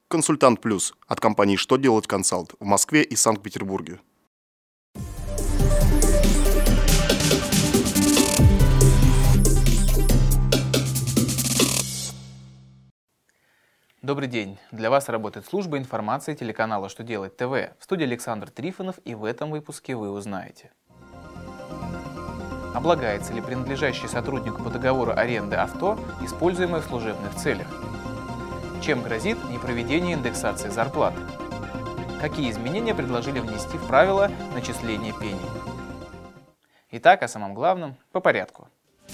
Консультант Плюс от компании «Что делать консалт» в Москве и Санкт-Петербурге. Добрый день! Для вас работает служба информации телеканала «Что делать ТВ». В студии Александр Трифонов, и в этом выпуске вы узнаете. Облагается ли принадлежащий сотруднику по договору аренды авто, используемое в служебных целях? Чем грозит непроведение индексации зарплат? Какие изменения предложили внести в правила начисления пений? Итак, о самом главном по порядку.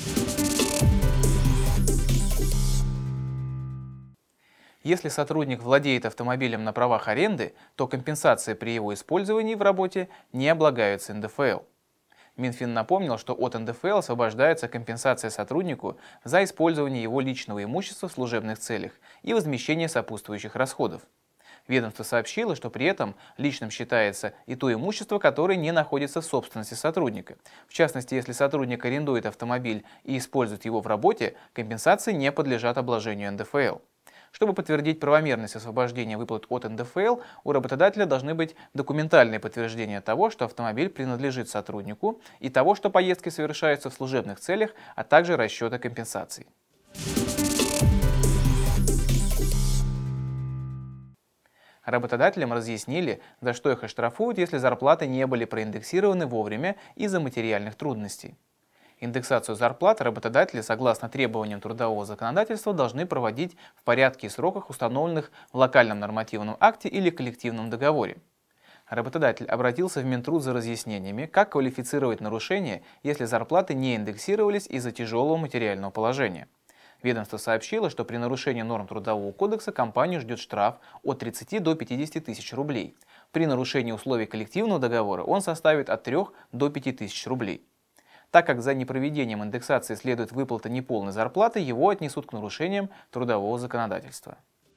Если сотрудник владеет автомобилем на правах аренды, то компенсации при его использовании в работе не облагаются НДФЛ. Минфин напомнил, что от НДФЛ освобождается компенсация сотруднику за использование его личного имущества в служебных целях и возмещение сопутствующих расходов. Ведомство сообщило, что при этом личным считается и то имущество, которое не находится в собственности сотрудника. В частности, если сотрудник арендует автомобиль и использует его в работе, компенсации не подлежат обложению НДФЛ. Чтобы подтвердить правомерность освобождения выплат от НДФЛ, у работодателя должны быть документальные подтверждения того, что автомобиль принадлежит сотруднику, и того, что поездки совершаются в служебных целях, а также расчета компенсаций. Работодателям разъяснили, за что их оштрафуют, если зарплаты не были проиндексированы вовремя из-за материальных трудностей. Индексацию зарплат работодатели, согласно требованиям трудового законодательства, должны проводить в порядке и сроках, установленных в локальном нормативном акте или коллективном договоре. Работодатель обратился в Минтруд за разъяснениями, как квалифицировать нарушения, если зарплаты не индексировались из-за тяжелого материального положения. Ведомство сообщило, что при нарушении норм Трудового кодекса компанию ждет штраф от 30 до 50 тысяч рублей. При нарушении условий коллективного договора он составит от 3 до 5 тысяч рублей. Так как за непроведением индексации следует выплата неполной зарплаты, его отнесут к нарушениям трудового законодательства.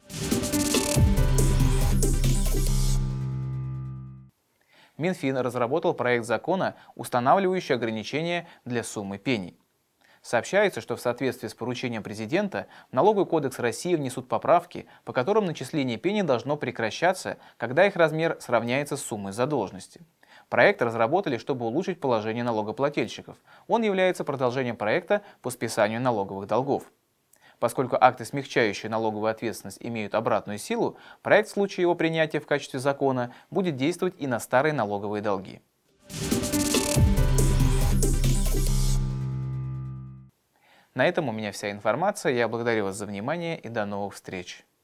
Минфин разработал проект закона, устанавливающий ограничения для суммы пений. Сообщается, что в соответствии с поручением президента в Налоговый кодекс России внесут поправки, по которым начисление пений должно прекращаться, когда их размер сравняется с суммой задолженности. Проект разработали, чтобы улучшить положение налогоплательщиков. Он является продолжением проекта по списанию налоговых долгов. Поскольку акты, смягчающие налоговую ответственность, имеют обратную силу, проект в случае его принятия в качестве закона будет действовать и на старые налоговые долги. На этом у меня вся информация. Я благодарю вас за внимание и до новых встреч.